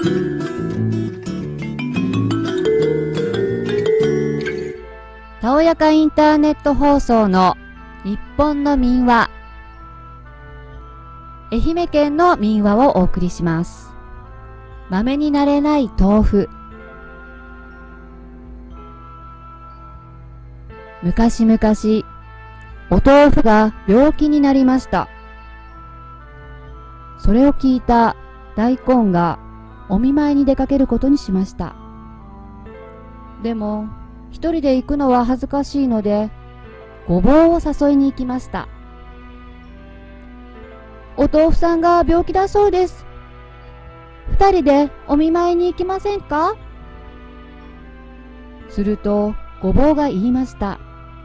たおやかインターネット放送の日本の民話、愛媛県の民話をお送りします。豆になれない豆腐。昔々、お豆腐が病気になりました。それを聞いた大根がお見舞いに出かけることにしました。でも一人で行くのは恥ずかしいので、ごぼうを誘いに行きました。お豆腐さんが病気だそうです。二人でお見舞いに行きませんか？するとごぼうが言いました。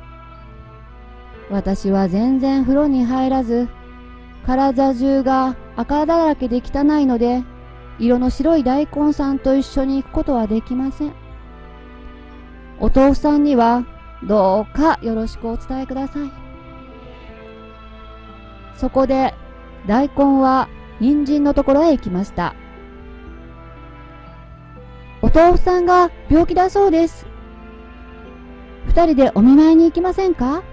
私は全然風呂に入らず、体中が赤だらけで汚いので、色の白い大根さんと一緒に行くことはできません。お豆腐さんにはどうかよろしくお伝えください。そこで大根は人参のところへ行きました。お豆腐さんが病気だそうです。二人でお見舞いに行きませんか？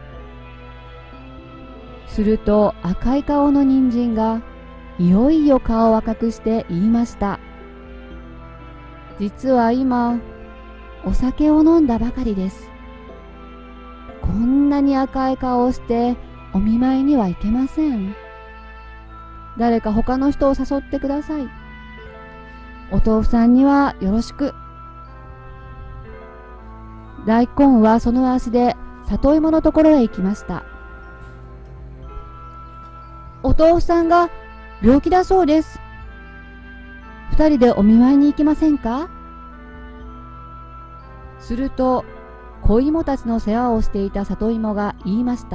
すると赤い顔の人参がいよいよ顔を赤くして言いました。実は今お酒を飲んだばかりです。こんなに赤い顔をしてお見舞いには行けません。誰か他の人を誘ってください。お豆腐さんにはよろしく。大根はその足で里芋のところへ行きました。お豆腐さんが病気だそうです。二人でお見舞いに行きませんか？すると子芋たちの世話をしていた里芋が言いました。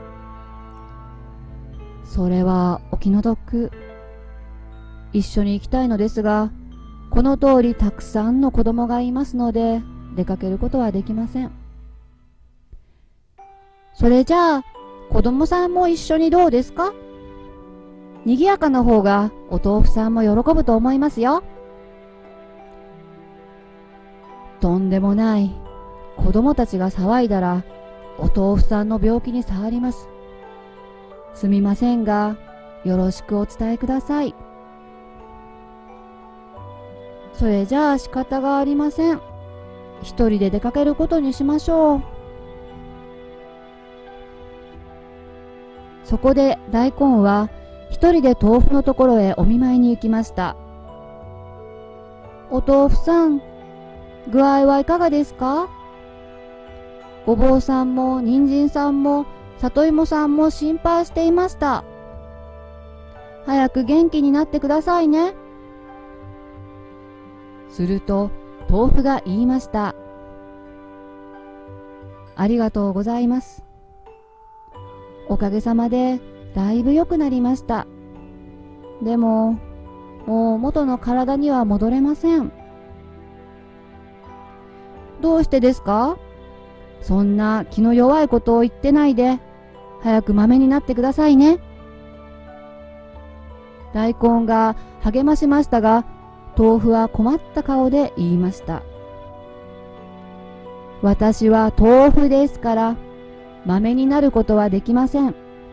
それはお気の毒。一緒に行きたいのですが、この通りたくさんの子供がいますので出かけることはできません。それじゃあ子供さんも一緒にどうですか？にぎやかな方がお豆腐さんも喜ぶと思いますよ。とんでもない。子供たちが騒いだらお豆腐さんの病気に障ります。すみませんがよろしくお伝えください。それじゃあ仕方がありません。一人で出かけることにしましょう。そこで大根は一人で豆腐のところへお見舞いに行きました。お豆腐さん、具合はいかがですか？ごぼうさんも人参さんも里芋さんも心配していました。早く元気になってくださいね。すると豆腐が言いました。ありがとうございます。おかげさまでだいぶ良くなりました。でももう元の体には戻れません。どうしてですか？そんな気の弱いことを言ってないで、早く豆になってくださいね。大根が励ましましたが、豆腐は困った顔で言いました。私は豆腐ですから、豆になることはできません。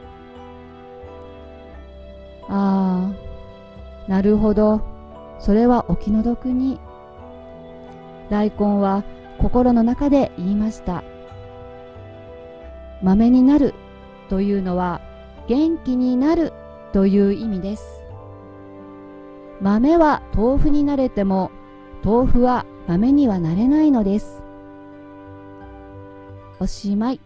ああ、なるほど。それはお気の毒に。大根は心の中で言いました。豆になるというのは元気になるという意味です。豆は豆腐になれても、豆腐は豆にはなれないのです。おしまい。